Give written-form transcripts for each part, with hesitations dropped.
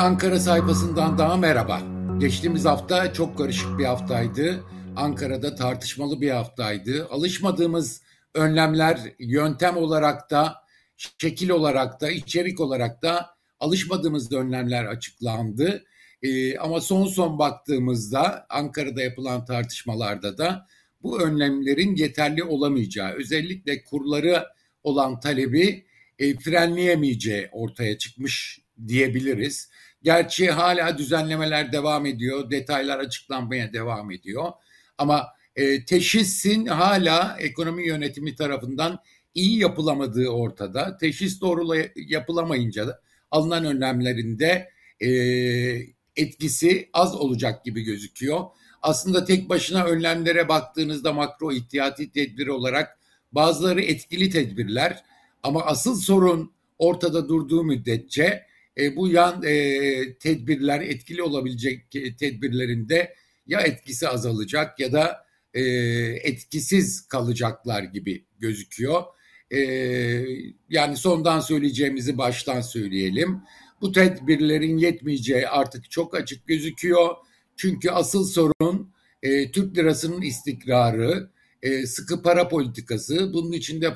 Bir Ankara sayfasından daha merhaba. Geçtiğimiz hafta çok karışık bir haftaydı. Ankara'da tartışmalı bir haftaydı. Alışmadığımız önlemler yöntem olarak da, şekil olarak da, içerik olarak da alışmadığımız önlemler açıklandı. Ama son baktığımızda Ankara'da yapılan tartışmalarda da bu önlemlerin yeterli olamayacağı, özellikle kurları olan talebi frenleyemeyeceği ortaya çıkmış diyebiliriz. Gerçi hala düzenlemeler devam ediyor, detaylar açıklanmaya devam ediyor. Ama teşhisin hala ekonomi yönetimi tarafından iyi yapılamadığı ortada. Teşhis doğru yapılamayınca da alınan önlemlerinde etkisi az olacak gibi gözüküyor. Aslında tek başına önlemlere baktığınızda makro ihtiyati tedbir olarak bazıları etkili tedbirler, ama asıl sorun ortada durduğu müddetçe bu yan tedbirler, etkili olabilecek tedbirlerin de ya etkisi azalacak ya da etkisiz kalacaklar gibi gözüküyor. E, Yani sondan söyleyeceğimizi baştan söyleyelim. Bu tedbirlerin yetmeyeceği artık çok açık gözüküyor. Çünkü asıl sorun Türk lirasının istikrarı, sıkı para politikası. Bunun içinde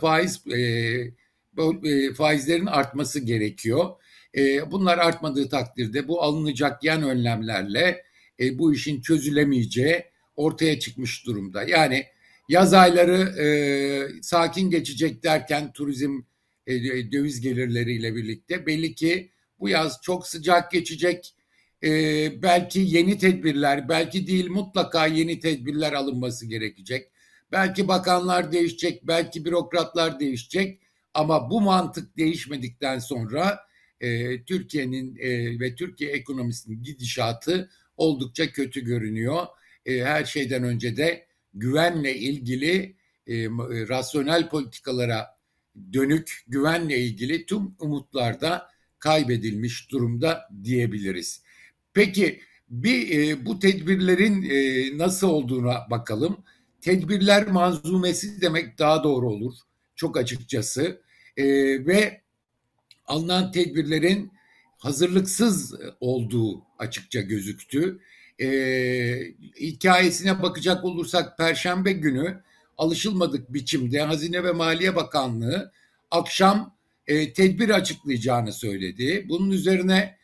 faizlerin artması gerekiyor. Bunlar artmadığı takdirde bu alınacak yan önlemlerle bu işin çözülemeyeceği ortaya çıkmış durumda. Yani yaz ayları sakin geçecek derken turizm döviz gelirleriyle birlikte belli ki bu yaz çok sıcak geçecek. Belki yeni tedbirler, belki değil mutlaka yeni tedbirler alınması gerekecek. Belki bakanlar değişecek, belki bürokratlar değişecek. Ama bu mantık değişmedikten sonra Türkiye'nin ve Türkiye ekonomisinin gidişatı oldukça kötü görünüyor. Her şeyden önce de güvenle ilgili rasyonel politikalara dönük güvenle ilgili tüm umutlar da kaybedilmiş durumda diyebiliriz. Peki bu tedbirlerin nasıl olduğuna bakalım. Tedbirler manzumesi demek daha doğru olur çok açıkçası. Ve alınan tedbirlerin hazırlıksız olduğu açıkça gözüktü. Hikayesine bakacak olursak Perşembe günü alışılmadık biçimde Hazine ve Maliye Bakanlığı akşam tedbir açıklayacağını söyledi. Bunun üzerine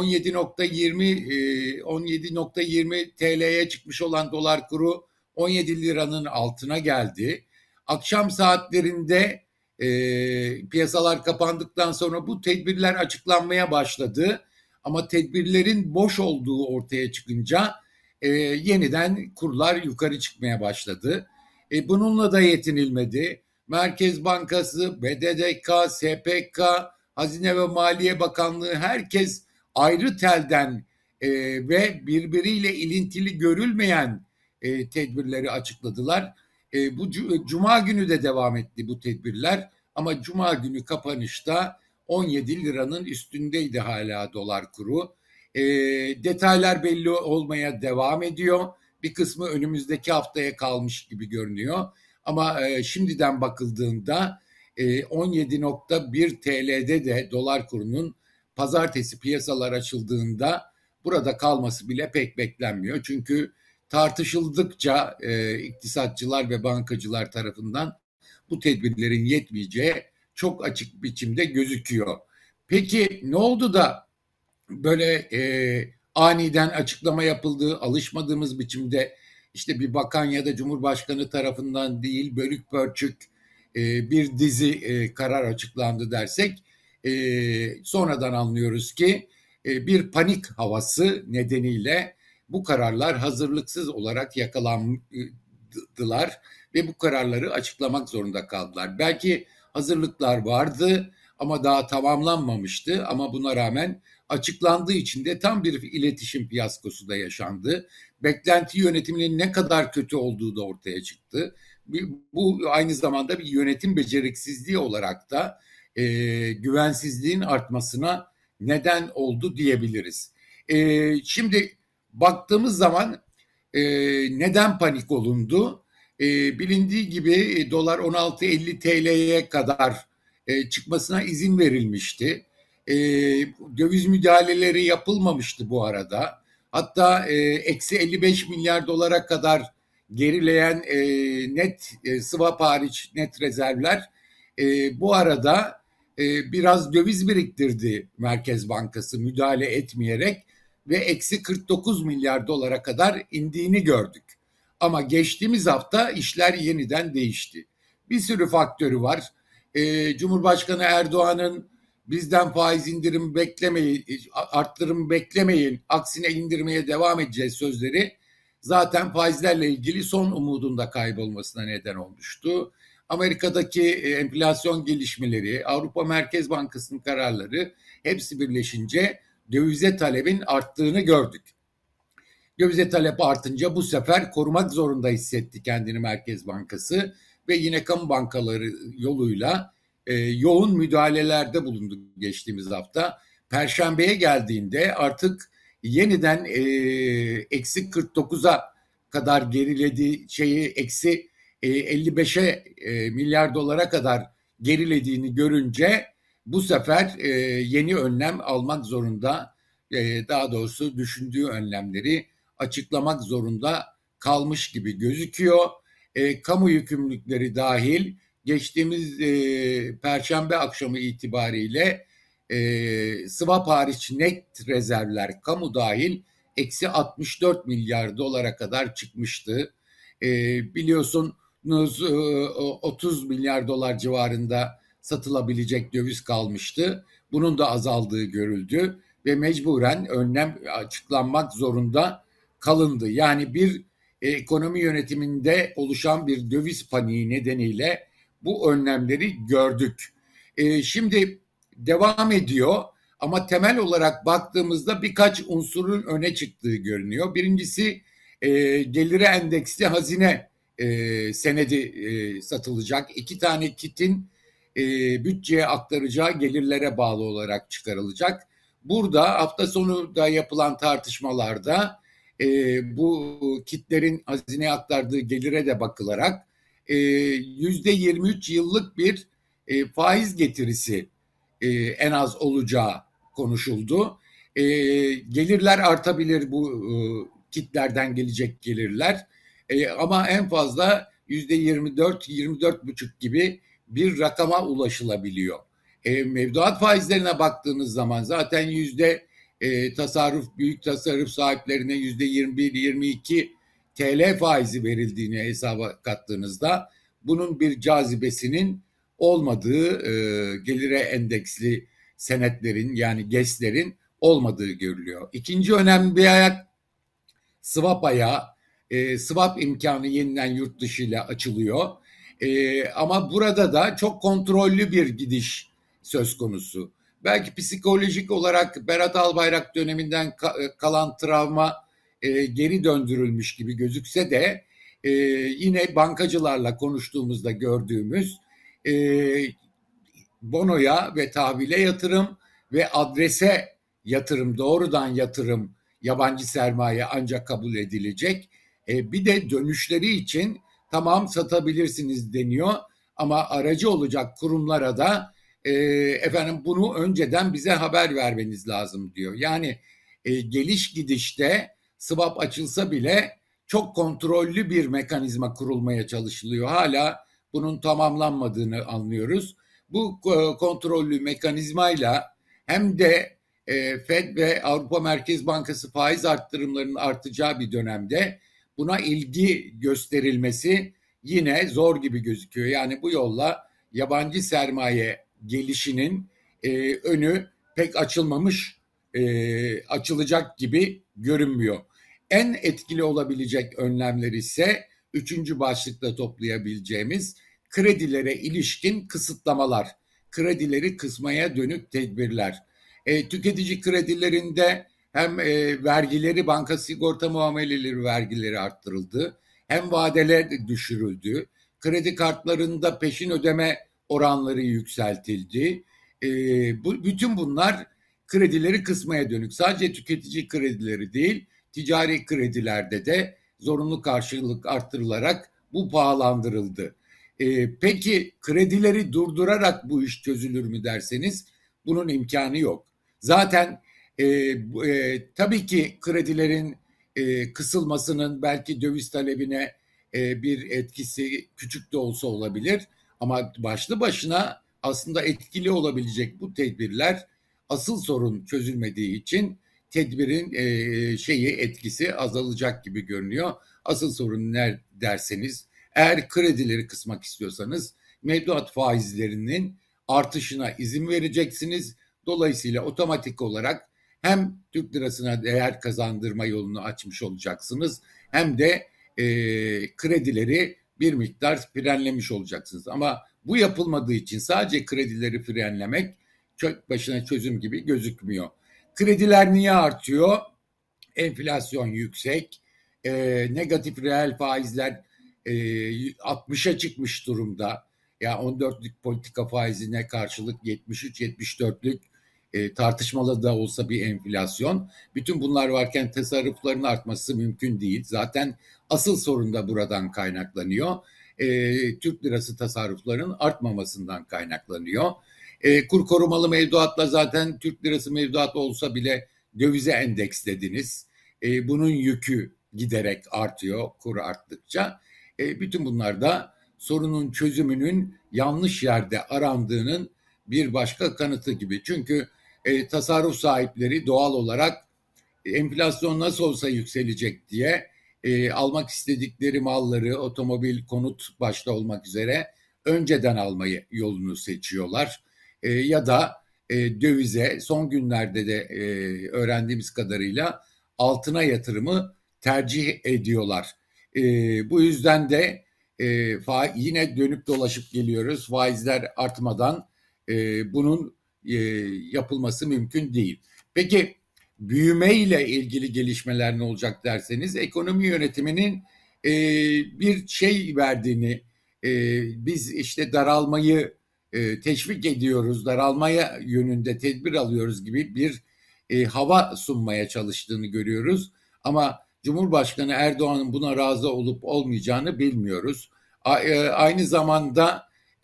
17.20 TL'ye çıkmış olan dolar kuru 17 liranın altına geldi. Akşam saatlerinde piyasalar kapandıktan sonra bu tedbirler açıklanmaya başladı. Ama tedbirlerin boş olduğu ortaya çıkınca yeniden kurlar yukarı çıkmaya başladı. Bununla da yetinilmedi. Merkez Bankası, BDDK, SPK, Hazine ve Maliye Bakanlığı herkes ayrı telden ve birbiriyle ilintili görülmeyen tedbirleri açıkladılar. Bu Cuma günü de devam etti bu tedbirler, ama Cuma günü kapanışta 17 liranın üstündeydi hala dolar kuru. Detaylar belli olmaya devam ediyor. Bir kısmı önümüzdeki haftaya kalmış gibi görünüyor. Ama şimdiden bakıldığında 17.1 TL'de de dolar kurunun pazartesi piyasalar açıldığında burada kalması bile pek beklenmiyor. Çünkü tartışıldıkça iktisatçılar ve bankacılar tarafından bu tedbirlerin yetmeyeceği çok açık biçimde gözüküyor. Peki ne oldu da böyle aniden açıklama yapıldığı, alışmadığımız biçimde işte bir bakan ya da cumhurbaşkanı tarafından değil, bölük pörçük bir dizi karar açıklandı dersek, sonradan anlıyoruz ki bir panik havası nedeniyle bu kararlar hazırlıksız olarak yakalandılar ve bu kararları açıklamak zorunda kaldılar. Belki hazırlıklar vardı ama daha tamamlanmamıştı, ama buna rağmen açıklandığı için de tam bir iletişim fiyaskosu da yaşandı. Beklenti yönetiminin ne kadar kötü olduğu da ortaya çıktı. Bu aynı zamanda bir yönetim beceriksizliği olarak da güvensizliğin artmasına neden oldu diyebiliriz. Şimdi baktığımız zaman neden panik olundu? Bilindiği gibi dolar 16.50 TL'ye kadar çıkmasına izin verilmişti. E, Döviz müdahaleleri yapılmamıştı bu arada. Hatta eksi 55 milyar dolara kadar gerileyen net swap hariç net rezervler bu arada biraz döviz biriktirdi Merkez Bankası müdahale etmeyerek ve eksi 49 milyar dolara kadar indiğini gördük. Ama geçtiğimiz hafta işler yeniden değişti. Bir sürü faktörü var. Cumhurbaşkanı Erdoğan'ın bizden faiz indirim beklemeyin, arttırım beklemeyin, aksine indirmeye devam edeceğiz sözleri zaten faizlerle ilgili son umudun da kaybolmasına neden olmuştu. Amerika'daki enflasyon gelişmeleri, Avrupa Merkez Bankası'nın kararları hepsi birleşince dövize talebin arttığını gördük. Dövize talep artınca bu sefer korumak zorunda hissetti kendini Merkez Bankası ve yine kamu bankaları yoluyla yoğun müdahalelerde bulundu geçtiğimiz hafta. Perşembeye geldiğinde artık yeniden eksi 49'a kadar gerilediği şeyi eksi 55'e milyar dolara kadar gerilediğini görünce bu sefer yeni önlem almak zorunda, daha doğrusu düşündüğü önlemleri açıklamak zorunda kalmış gibi gözüküyor. Kamu yükümlülükleri dahil geçtiğimiz Perşembe akşamı itibariyle swap hariç net rezervler kamu dahil eksi 64 milyar dolara kadar çıkmıştı. Biliyorsunuz 30 milyar dolar civarında satılabilecek döviz kalmıştı. Bunun da azaldığı görüldü ve mecburen önlem açıklanmak zorunda kalındı. Yani bir ekonomi yönetiminde oluşan bir döviz paniği nedeniyle bu önlemleri gördük. Şimdi devam ediyor ama temel olarak baktığımızda birkaç unsurun öne çıktığı görünüyor. Birincisi geliri endeksli hazine senedi satılacak. 2 tane kitin bütçeye aktaracağı gelirlere bağlı olarak çıkarılacak. Burada hafta sonu da yapılan tartışmalarda bu kitlerin hazineye aktardığı gelire de bakılarak %23 yıllık bir faiz getirisi en az olacağı konuşuldu. Gelirler artabilir bu kitlerden gelecek gelirler ama en fazla %24-24,5 gibi bir rakama ulaşılabiliyor. Mevduat faizlerine baktığınız zaman zaten büyük tasarruf sahiplerine %21-22 TL faizi verildiğini hesaba kattığınızda bunun bir cazibesinin olmadığı, gelire endeksli senetlerin yani GES'lerin olmadığı görülüyor. İkinci önemli bir ayak swap ayağı. Swap imkanı yeniden yurt dışı ile açılıyor. Ama burada da çok kontrollü bir gidiş söz konusu. Belki psikolojik olarak Berat Albayrak döneminden kalan travma geri döndürülmüş gibi gözükse de yine bankacılarla konuştuğumuzda gördüğümüz bonoya ve tahvile yatırım ve adrese yatırım, doğrudan yatırım, yabancı sermaye ancak kabul edilecek. Bir de dönüşleri için tamam satabilirsiniz deniyor ama aracı olacak kurumlara da efendim bunu önceden bize haber vermeniz lazım diyor. Yani geliş gidişte swap açılsa bile çok kontrollü bir mekanizma kurulmaya çalışılıyor. Hala bunun tamamlanmadığını anlıyoruz. Bu kontrollü mekanizmayla hem de Fed ve Avrupa Merkez Bankası faiz arttırımlarının artacağı bir dönemde buna ilgi gösterilmesi yine zor gibi gözüküyor. Yani bu yolla yabancı sermaye gelişinin önü pek açılmamış, açılacak gibi görünmüyor. En etkili olabilecek önlemler ise üçüncü başlıkta toplayabileceğimiz kredilere ilişkin kısıtlamalar, kredileri kısmaya dönük tedbirler. Tüketici kredilerinde hem vergileri, banka sigorta muameleleri vergileri arttırıldı, hem vadeler düşürüldü, kredi kartlarında peşin ödeme oranları yükseltildi. Bütün bunlar kredileri kısmaya dönük. Sadece tüketici kredileri değil, ticari kredilerde de zorunlu karşılık arttırılarak bu pahalandırıldı. Peki kredileri durdurarak bu iş çözülür mü derseniz bunun imkanı yok. Zaten tabii ki kredilerin kısılmasının belki döviz talebine bir etkisi küçük de olsa olabilir. Ama başlı başına aslında etkili olabilecek bu tedbirler asıl sorun çözülmediği için tedbirin etkisi azalacak gibi görünüyor. Asıl sorun ne derseniz, eğer kredileri kısmak istiyorsanız mevduat faizlerinin artışına izin vereceksiniz. Dolayısıyla otomatik olarak hem Türk lirasına değer kazandırma yolunu açmış olacaksınız, hem de kredileri bir miktar frenlemiş olacaksınız. Ama bu yapılmadığı için sadece kredileri frenlemek çok başına çözüm gibi gözükmüyor. Krediler niye artıyor? Enflasyon yüksek, negatif reel faizler 60'a çıkmış durumda. Ya 14'lük politika faizine karşılık 73-74'lük tartışmalı da olsa bir enflasyon. Bütün bunlar varken tasarrufların artması mümkün değil. Zaten asıl sorun da buradan kaynaklanıyor. Türk lirası tasarrufların artmamasından kaynaklanıyor. Kur korumalı mevduatla zaten Türk lirası mevduat olsa bile dövize endekslediniz. Bunun yükü giderek artıyor kur arttıkça. Bütün bunlar da sorunun çözümünün yanlış yerde arandığının bir başka kanıtı gibi. Çünkü tasarruf sahipleri doğal olarak enflasyon nasıl olsa yükselecek diye almak istedikleri malları, otomobil, konut başta olmak üzere önceden almayı yolunu seçiyorlar. Ya da dövize, son günlerde de öğrendiğimiz kadarıyla altına yatırımı tercih ediyorlar. Bu yüzden de yine dönüp dolaşıp geliyoruz. Faizler artmadan bunun yapılması mümkün değil. Peki büyüme ile ilgili gelişmeler ne olacak derseniz, ekonomi yönetiminin bir şey verdiğini, biz işte daralmayı teşvik ediyoruz, daralmaya yönünde tedbir alıyoruz gibi bir hava sunmaya çalıştığını görüyoruz. Ama Cumhurbaşkanı Erdoğan'ın buna razı olup olmayacağını bilmiyoruz. Aynı zamanda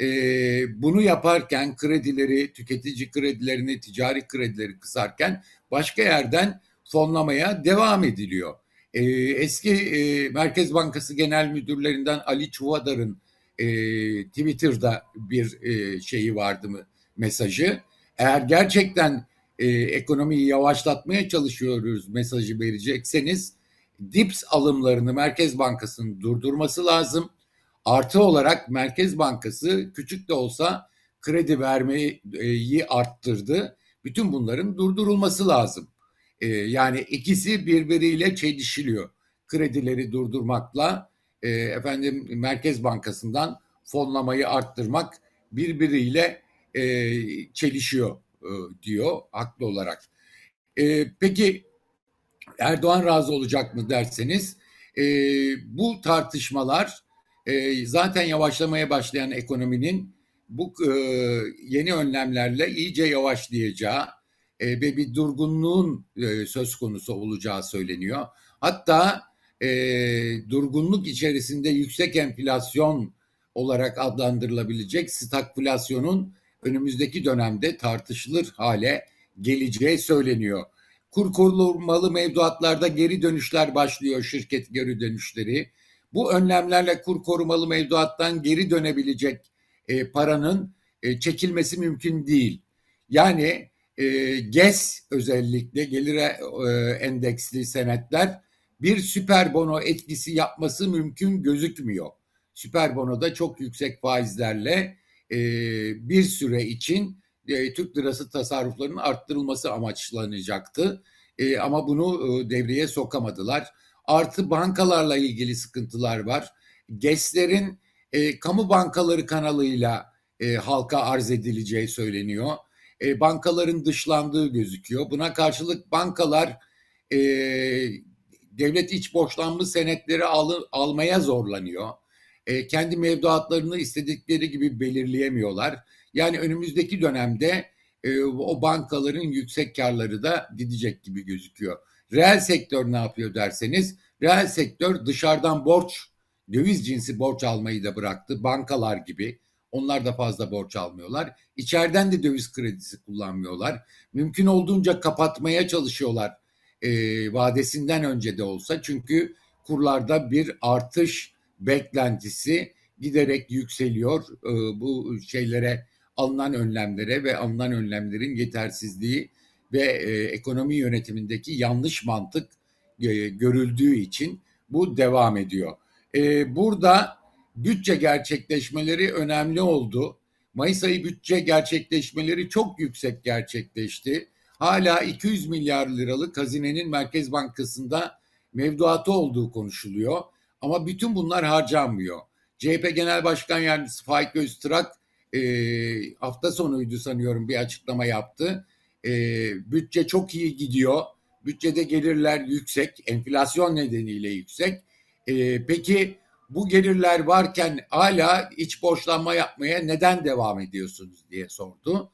bunu yaparken kredileri, tüketici kredilerini, ticari kredileri kısarken başka yerden fonlamaya devam ediliyor. Eski Merkez Bankası Genel Müdürlerinden Ali Çuvadar'ın Twitter'da bir şeyi vardı mı, mesajı. Eğer gerçekten ekonomiyi yavaşlatmaya çalışıyoruz mesajı verecekseniz, DIPS alımlarını Merkez Bankası'nın durdurması lazım. Artı olarak Merkez Bankası küçük de olsa kredi vermeyi arttırdı. Bütün bunların durdurulması lazım. Yani ikisi birbiriyle çelişiliyor. Kredileri durdurmakla Merkez Bankası'ndan fonlamayı arttırmak birbiriyle çelişiyor diyor haklı olarak. Peki Erdoğan razı olacak mı derseniz, bu tartışmalar zaten yavaşlamaya başlayan ekonominin bu yeni önlemlerle iyice yavaşlayacağı ve bir durgunluğun söz konusu olacağı söyleniyor. Hatta durgunluk içerisinde yüksek enflasyon olarak adlandırılabilecek stagflasyonun önümüzdeki dönemde tartışılır hale geleceği söyleniyor. Kur korumalı mevduatlarda geri dönüşler başlıyor, şirket geri dönüşleri. Bu önlemlerle kur korumalı mevduattan geri dönebilecek paranın çekilmesi mümkün değil. Yani GES, özellikle gelire endeksli senetler bir süper bono etkisi yapması mümkün gözükmüyor. Süper bonoda çok yüksek faizlerle bir süre için Türk lirası tasarruflarının arttırılması amaçlanacaktı. Ama bunu devreye sokamadılar. Artı bankalarla ilgili sıkıntılar var. GES'lerin kamu bankaları kanalıyla halka arz edileceği söyleniyor. Bankaların dışlandığı gözüküyor. Buna karşılık bankalar devlet iç borçlanma senetleri almaya zorlanıyor. Kendi mevduatlarını istedikleri gibi belirleyemiyorlar. Yani önümüzdeki dönemde o bankaların yüksek karları da gidecek gibi gözüküyor. Reel sektör ne yapıyor derseniz, reel sektör dışarıdan borç, döviz cinsi borç almayı da bıraktı. Bankalar gibi, Onlar da fazla borç almıyorlar. İçeriden de döviz kredisi kullanmıyorlar. Mümkün olduğunca kapatmaya çalışıyorlar vadesinden önce de olsa. Çünkü kurlarda bir artış beklentisi giderek yükseliyor. Bu şeylere alınan önlemlere ve alınan önlemlerin yetersizliği ve ekonomi yönetimindeki yanlış mantık görüldüğü için bu devam ediyor. Burada bütçe gerçekleşmeleri önemli oldu. Mayıs ayı bütçe gerçekleşmeleri çok yüksek gerçekleşti. Hala 200 milyar liralık hazinenin Merkez Bankası'nda mevduatı olduğu konuşuluyor. Ama bütün bunlar harcanmıyor. CHP Genel Başkan Yardımcısı Faik Öztürk hafta sonuydu sanıyorum bir açıklama yaptı. Bütçe çok iyi gidiyor. Bütçede gelirler yüksek, enflasyon nedeniyle yüksek. Peki bu gelirler varken hala iç borçlanma yapmaya neden devam ediyorsunuz diye sordu.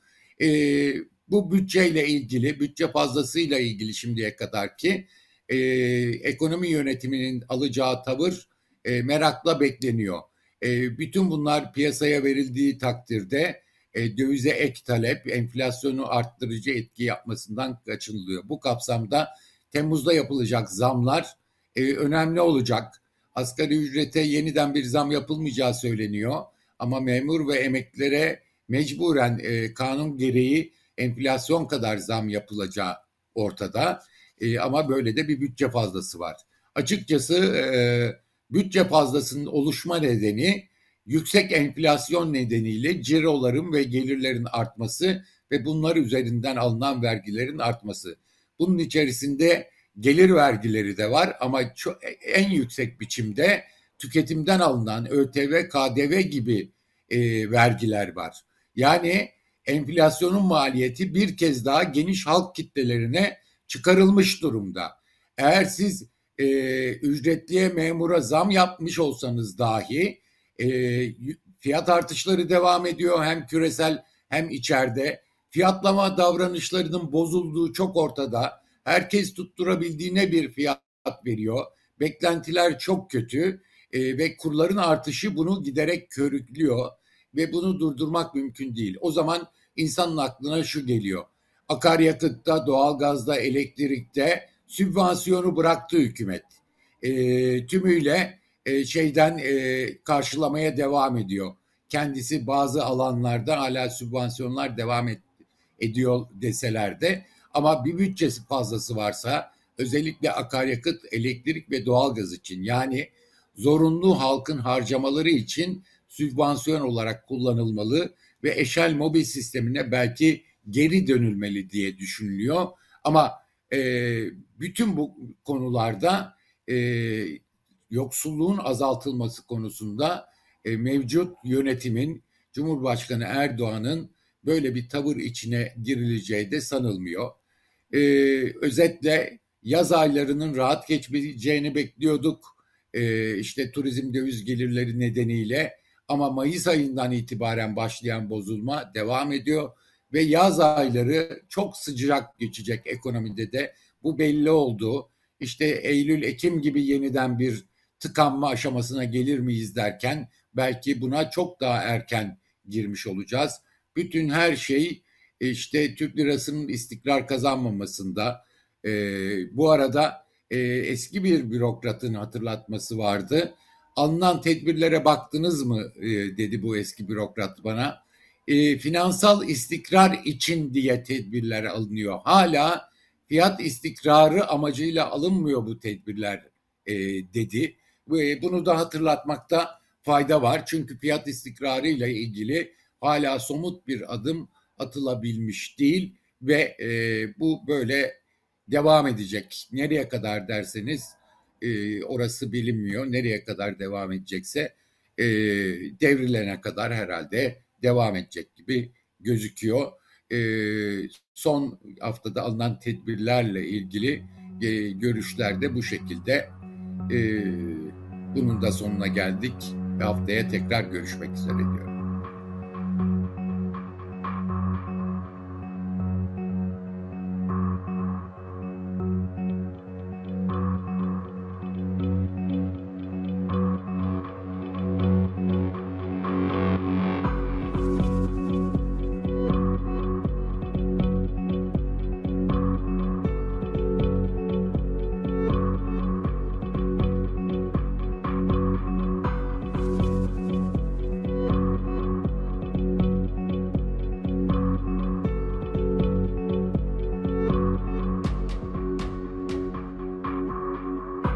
Bu bütçeyle ilgili, bütçe fazlasıyla ilgili şimdiye kadarki ekonomi yönetiminin alacağı tavır merakla bekleniyor. Bütün bunlar piyasaya verildiği takdirde dövize ek talep, enflasyonu arttırıcı etki yapmasından kaçınılıyor. Bu kapsamda Temmuz'da yapılacak zamlar önemli olacak. Asgari ücrete yeniden bir zam yapılmayacağı söyleniyor. Ama memur ve emeklilere mecburen kanun gereği enflasyon kadar zam yapılacağı ortada. Ama böyle de bir bütçe fazlası var. Açıkçası bütçe fazlasının oluşma nedeni yüksek enflasyon nedeniyle ciroların ve gelirlerin artması ve bunlar üzerinden alınan vergilerin artması. Bunun içerisinde gelir vergileri de var ama en yüksek biçimde tüketimden alınan ÖTV, KDV gibi vergiler var. Yani enflasyonun maliyeti bir kez daha geniş halk kitlelerine çıkarılmış durumda. Eğer siz ücretliye memura zam yapmış olsanız dahi fiyat artışları devam ediyor hem küresel hem içeride. Fiyatlama davranışlarının bozulduğu çok ortada. Herkes tutturabildiğine bir fiyat veriyor. Beklentiler çok kötü ve kurların artışı bunu giderek körüklüyor ve bunu durdurmak mümkün değil. O zaman insanın aklına şu geliyor. Akaryakıtta, doğalgazda, elektrikte sübvansiyonu bıraktı hükümet. Tümüyle karşılamaya devam ediyor. Kendisi bazı alanlarda hala sübvansiyonlar devam ediyor deseler de ama bir bütçesi fazlası varsa özellikle akaryakıt, elektrik ve doğalgaz için yani zorunlu halkın harcamaları için sübvansiyon olarak kullanılmalı ve eşel mobil sistemine belki geri dönülmeli diye düşünülüyor. Ama bütün bu konularda yoksulluğun azaltılması konusunda mevcut yönetimin Cumhurbaşkanı Erdoğan'ın böyle bir tavır içine girileceği de sanılmıyor. Özetle yaz aylarının rahat geçmeyeceğini bekliyorduk. İşte turizm döviz gelirleri nedeniyle ama Mayıs ayından itibaren başlayan bozulma devam ediyor ve yaz ayları çok sıcak geçecek ekonomide de bu belli oldu. İşte Eylül, Ekim gibi yeniden bir tıkanma aşamasına gelir miyiz derken belki buna çok daha erken girmiş olacağız. Bütün her şey işte Türk lirasının istikrar kazanmamasında. Bu arada eski bir bürokratın hatırlatması vardı. Alınan tedbirlere baktınız mı dedi bu eski bürokrat bana. Finansal istikrar için diye tedbirler alınıyor. Hala fiyat istikrarı amacıyla alınmıyor bu tedbirler dedi. Bunu da hatırlatmakta fayda var. Çünkü fiyat istikrarı ile ilgili hala somut bir adım atılabilmiş değil ve bu böyle devam edecek. Nereye kadar derseniz orası bilinmiyor. Nereye kadar devam edecekse devrilene kadar herhalde devam edecek gibi gözüküyor. Son haftada alınan tedbirlerle ilgili görüşler de bu şekilde. Bunun da sonuna geldik. Haftaya tekrar görüşmek üzere diyorum.